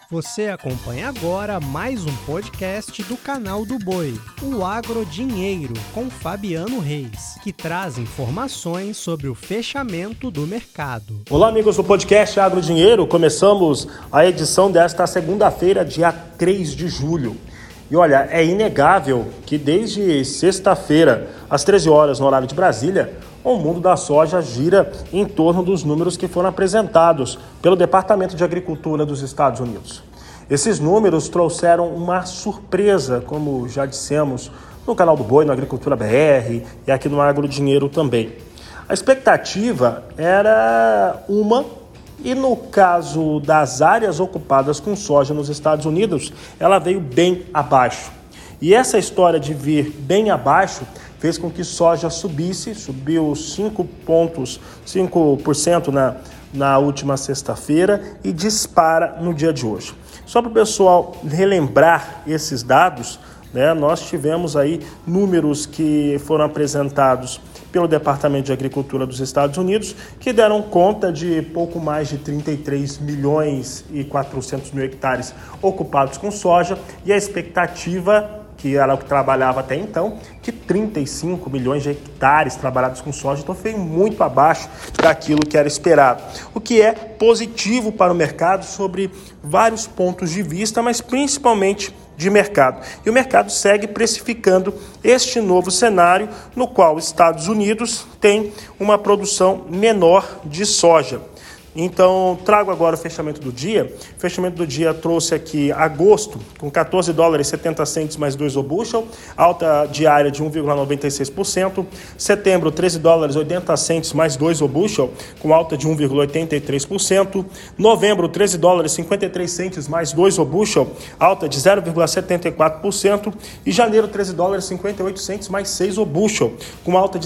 Você acompanha agora mais um podcast do canal do Boi, o Agro Dinheiro, com Fabiano Reis, que traz informações sobre o fechamento do mercado. Olá, amigos do podcast Agro Dinheiro. Começamos a edição desta segunda-feira, dia 3 de julho. E olha, é inegável que desde sexta-feira, às 13 horas no horário de Brasília, o mundo da soja gira em torno dos números que foram apresentados pelo Departamento de Agricultura dos Estados Unidos. Esses números trouxeram uma surpresa, como já dissemos no canal do Boi, no Agricultura BR e aqui no Agro Dinheiro também. A expectativa era uma, e no caso das áreas ocupadas com soja nos Estados Unidos, ela veio bem abaixo. E essa história de vir bem abaixo fez com que soja subiu 5% na última sexta-feira e dispara no dia de hoje. Só para o pessoal relembrar esses dados, né, nós tivemos aí números que foram apresentados pelo Departamento de Agricultura dos Estados Unidos, que deram conta de pouco mais de 33 milhões e 400 mil hectares ocupados com soja, e a expectativa, que era o que trabalhava até então, que 35 milhões de hectares trabalhados com soja, então foi muito abaixo daquilo que era esperado. O que é positivo para o mercado sobre vários pontos de vista, mas principalmente de mercado. E o mercado segue precificando este novo cenário, no qual os Estados Unidos tem uma produção menor de soja. Então, trago agora o fechamento do dia. O fechamento do dia trouxe aqui agosto com $14,70 mais 2 o bushel, alta diária de 1,96%. Setembro, $13,80 mais 2 o bushel, com alta de 1,83%. Novembro, $13,53 mais 2 o bushel, alta de 0,74%. E janeiro, $13,58 mais 6 o bushel, com alta de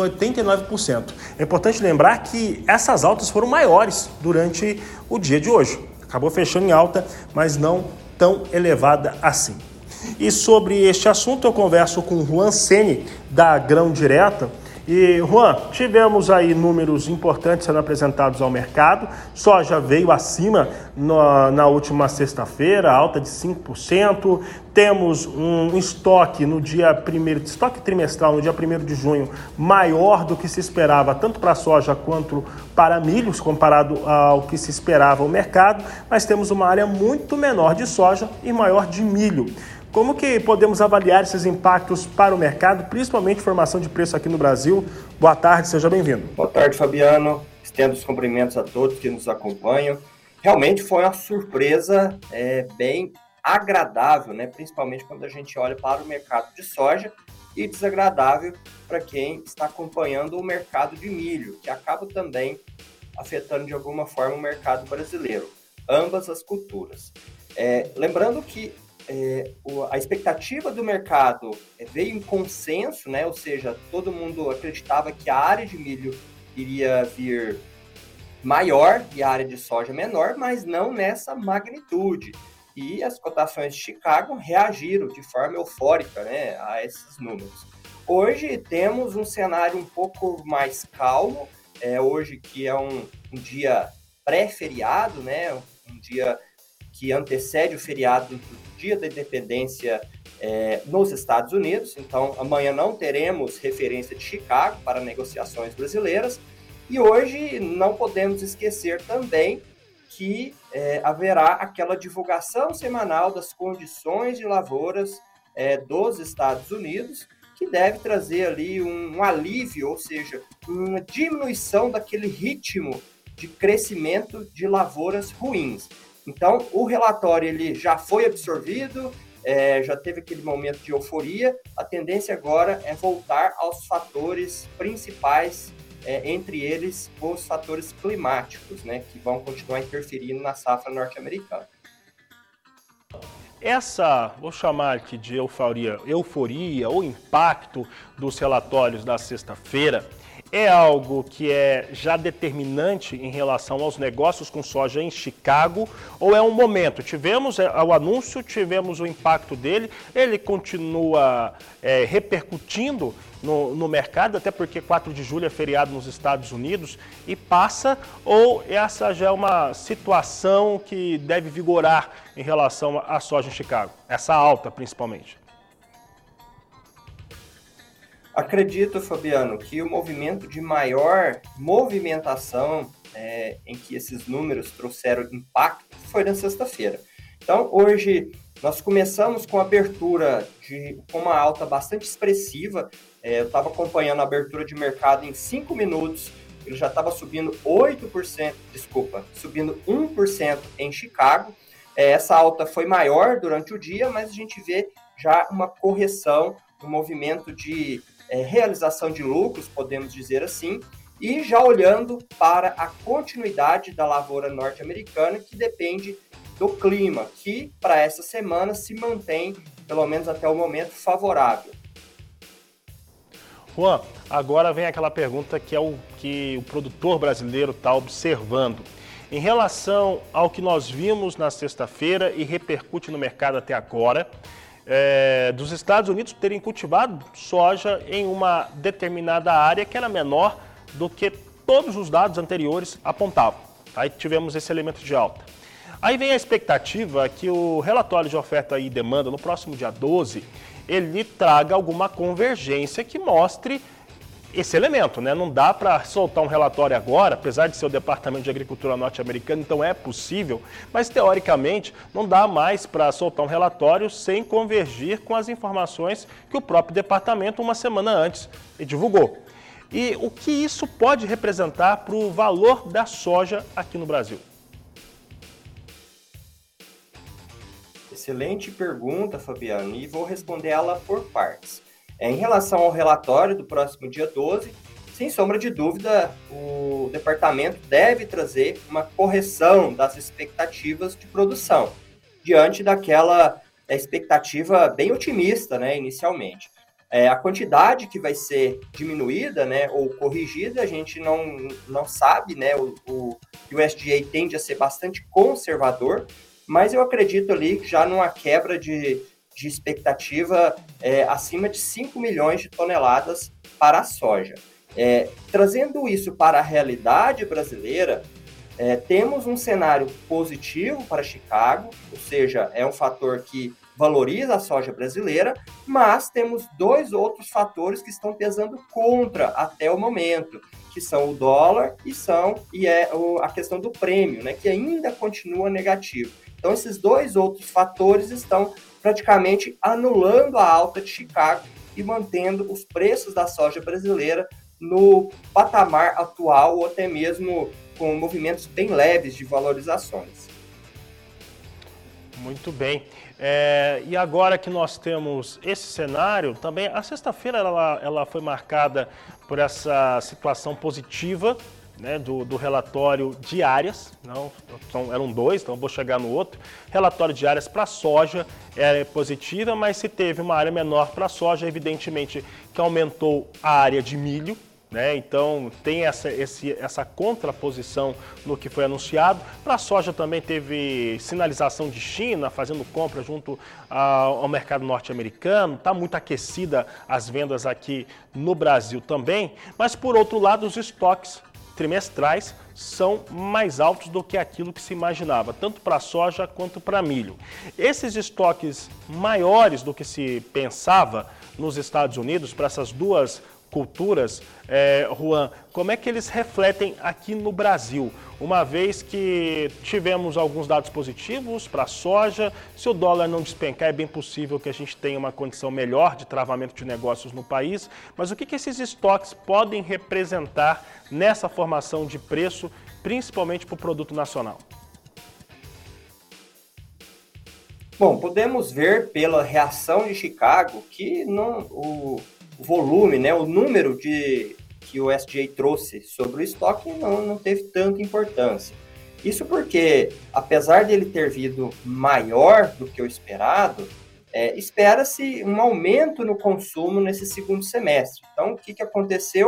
0,89%. É importante lembrar que essas altas foram maiores durante o dia de hoje. Acabou fechando em alta, mas não tão elevada assim. E sobre este assunto eu converso com o Juan Seni, da Grão Direta. E, Juan, tivemos aí números importantes sendo apresentados ao mercado. Soja veio acima na última sexta-feira, alta de 5%. Temos um estoque estoque trimestral no dia 1º de junho, maior do que se esperava, tanto para a soja quanto para milhos, comparado ao que se esperava o mercado. Mas temos uma área muito menor de soja e maior de milho. Como que podemos avaliar esses impactos para o mercado, principalmente formação de preço aqui no Brasil? Boa tarde, seja bem-vindo. Boa tarde, Fabiano. Estendo os cumprimentos a todos que nos acompanham. Realmente foi uma surpresa bem agradável, né? Principalmente quando a gente olha para o mercado de soja, e desagradável para quem está acompanhando o mercado de milho, que acaba também afetando de alguma forma o mercado brasileiro, ambas as culturas. Lembrando que a expectativa do mercado veio em consenso, né? Ou seja, todo mundo acreditava que a área de milho iria vir maior e a área de soja menor, mas não nessa magnitude. E as cotações de Chicago reagiram de forma eufórica, né, a esses números. Hoje temos um cenário um pouco mais calmo, hoje que é um dia pré-feriado, né, um dia que antecede o feriado do Dia da Independência nos Estados Unidos. Então, amanhã não teremos referência de Chicago para negociações brasileiras. E hoje não podemos esquecer também que haverá aquela divulgação semanal das condições de lavouras dos Estados Unidos, que deve trazer ali um alívio, ou seja, uma diminuição daquele ritmo de crescimento de lavouras ruins. Então, o relatório ele já foi absorvido, já teve aquele momento de euforia. A tendência agora é voltar aos fatores principais, entre eles os fatores climáticos, né, que vão continuar interferindo na safra norte-americana. Essa, vou chamar aqui de euforia ou impacto dos relatórios da sexta-feira, é algo que é já determinante em relação aos negócios com soja em Chicago, ou é um momento? Tivemos o anúncio, tivemos o impacto dele, ele continua repercutindo no mercado, até porque 4 de julho é feriado nos Estados Unidos, e passa, ou essa já é uma situação que deve vigorar em relação à soja em Chicago, essa alta principalmente? Acredito, Fabiano, que o movimento de maior movimentação em que esses números trouxeram impacto foi na sexta-feira. Então, hoje, nós começamos com a abertura com uma alta bastante expressiva. Eu estava acompanhando a abertura de mercado em 5 minutos, ele já estava subindo 1% em Chicago. Essa alta foi maior durante o dia, mas a gente vê já uma correção, um movimento de realização de lucros, podemos dizer assim, e já olhando para a continuidade da lavoura norte-americana, que depende do clima, que para essa semana se mantém, pelo menos até o momento, favorável. Juan, agora vem aquela pergunta que é o que o produtor brasileiro está observando. Em relação ao que nós vimos na sexta-feira e repercute no mercado até agora, dos Estados Unidos terem cultivado soja em uma determinada área que era menor do que todos os dados anteriores apontavam. Aí tivemos esse elemento de alta. Aí vem a expectativa que o relatório de oferta e demanda, no próximo dia 12, ele traga alguma convergência que mostre esse elemento, né? Não dá para soltar um relatório agora, apesar de ser o Departamento de Agricultura norte-americano, então é possível, mas teoricamente não dá mais para soltar um relatório sem convergir com as informações que o próprio departamento uma semana antes divulgou. E o que isso pode representar para o valor da soja aqui no Brasil? Excelente pergunta, Fabiano, e vou responder ela por partes. Em relação ao relatório do próximo dia 12, sem sombra de dúvida, o departamento deve trazer uma correção das expectativas de produção, diante daquela expectativa bem otimista, né, inicialmente. A quantidade que vai ser diminuída, né, ou corrigida, a gente não sabe, né, o USDA tende a ser bastante conservador, mas eu acredito ali que já numa quebra de expectativa acima de 5 milhões de toneladas para a soja. Trazendo isso para a realidade brasileira, temos um cenário positivo para Chicago, ou seja, é um fator que valoriza a soja brasileira, mas temos 2 outros fatores que estão pesando contra até o momento, que são o dólar e a questão do prêmio, né, que ainda continua negativo. Então, esses 2 outros fatores estão praticamente anulando a alta de Chicago e mantendo os preços da soja brasileira no patamar atual ou até mesmo com movimentos bem leves de valorizações. Muito bem. E agora que nós temos esse cenário, também a sexta-feira ela foi marcada por essa situação positiva, né, do relatório de áreas, eram 2, então eu vou chegar no outro. Relatório de áreas para soja é positiva, mas se teve uma área menor para soja, evidentemente que aumentou a área de milho, né? Então tem essa contraposição no que foi anunciado. Para a soja também teve sinalização de China fazendo compra junto ao mercado norte-americano. Está muito aquecida as vendas aqui no Brasil também, mas por outro lado os estoques trimestrais são mais altos do que aquilo que se imaginava, tanto para soja quanto para milho. Esses estoques maiores do que se pensava nos Estados Unidos para essas duas culturas, Juan, como é que eles refletem aqui no Brasil? Uma vez que tivemos alguns dados positivos para a soja, se o dólar não despencar, é bem possível que a gente tenha uma condição melhor de travamento de negócios no país, mas o que esses estoques podem representar nessa formação de preço, principalmente para o produto nacional? Bom, podemos ver pela reação de Chicago que o volume, né, o número que o USDA trouxe sobre o estoque não teve tanta importância. Isso porque, apesar dele ter vindo maior do que o esperado, espera-se um aumento no consumo nesse segundo semestre. Então, o que aconteceu?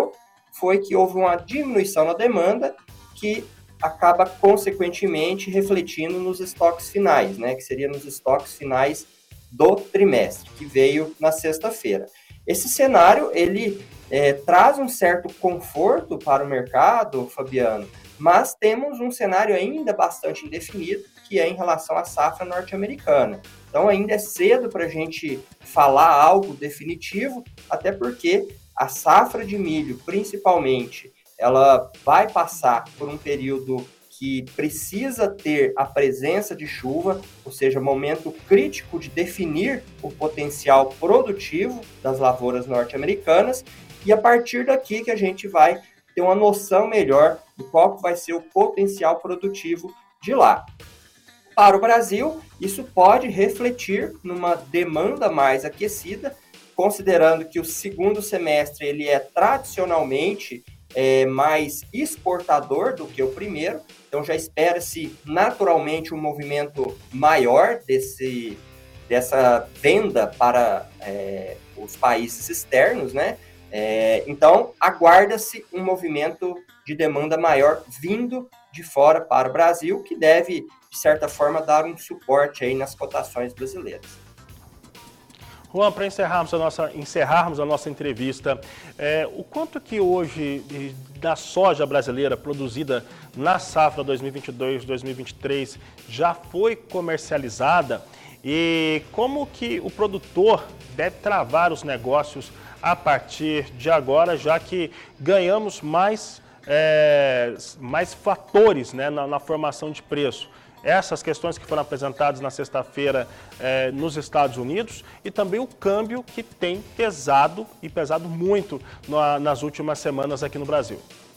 foi que houve uma diminuição na demanda que acaba, consequentemente, refletindo nos estoques finais, né, que seria nos estoques finais do trimestre, que veio na sexta-feira. Esse cenário, ele traz um certo conforto para o mercado, Fabiano, mas temos um cenário ainda bastante indefinido, que é em relação à safra norte-americana. Então, ainda é cedo para a gente falar algo definitivo, até porque a safra de milho, principalmente, ela vai passar por um período que precisa ter a presença de chuva, ou seja, momento crítico de definir o potencial produtivo das lavouras norte-americanas, e a partir daqui que a gente vai ter uma noção melhor de qual vai ser o potencial produtivo de lá. Para o Brasil, isso pode refletir numa demanda mais aquecida, considerando que o segundo semestre ele é tradicionalmente mais exportador do que o primeiro, então já espera-se naturalmente um movimento maior dessa venda para os países externos, né? Então, aguarda-se um movimento de demanda maior vindo de fora para o Brasil, que deve, de certa forma, dar um suporte aí nas cotações brasileiras. Juan, para encerrarmos a nossa entrevista, o quanto que hoje da soja brasileira produzida na safra 2022-2023 já foi comercializada e como que o produtor deve travar os negócios a partir de agora, já que ganhamos mais fatores, né, na formação de preço? Essas questões que foram apresentadas na sexta-feira nos Estados Unidos e também o câmbio que tem pesado muito nas últimas semanas aqui no Brasil.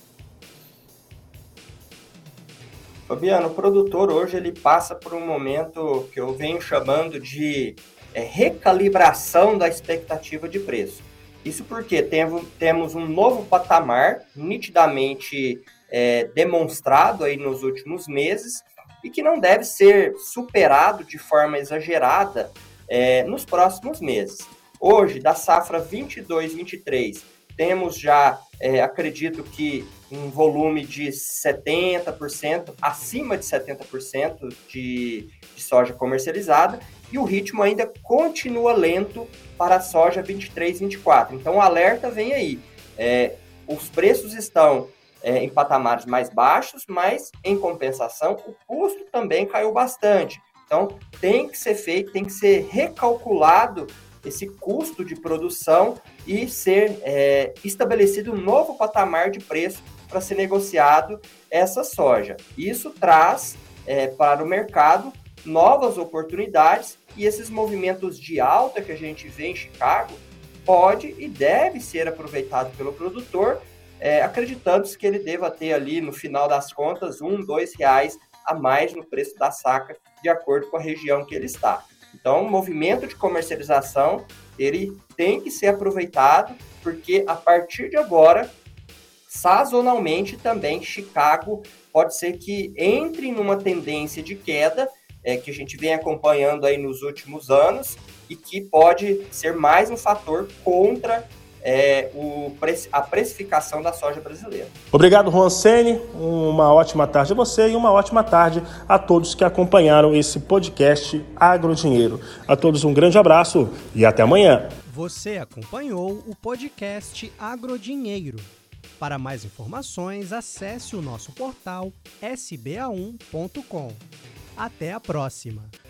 Fabiano, o produtor hoje ele passa por um momento que eu venho chamando de recalibração da expectativa de preço. Isso porque temos um novo patamar nitidamente demonstrado aí nos últimos meses, e que não deve ser superado de forma exagerada nos próximos meses. Hoje, da safra 22-23, temos já, acredito que, um volume de 70%, acima de 70% de soja comercializada, e o ritmo ainda continua lento para a soja 23-24. Então, o alerta vem aí. Os preços estão em patamares mais baixos, mas, em compensação, o custo também caiu bastante. Então, tem que ser feito, tem que ser recalculado esse custo de produção e ser estabelecido um novo patamar de preço para ser negociado essa soja. Isso traz para o mercado novas oportunidades e esses movimentos de alta que a gente vê em Chicago pode e deve ser aproveitado pelo produtor, acreditando-se que ele deva ter ali, no final das contas, R$1-2 a mais no preço da saca, de acordo com a região que ele está. Então, o movimento de comercialização, ele tem que ser aproveitado, porque a partir de agora, sazonalmente também, Chicago pode ser que entre numa tendência de queda, que a gente vem acompanhando aí nos últimos anos, e que pode ser mais um fator contra a precificação da soja brasileira. Obrigado, Juan Sene. Uma ótima tarde a você e uma ótima tarde a todos que acompanharam esse podcast Agrodinheiro. A todos um grande abraço e até amanhã. Você acompanhou o podcast Agrodinheiro. Para mais informações, acesse o nosso portal sba1.com. Até a próxima!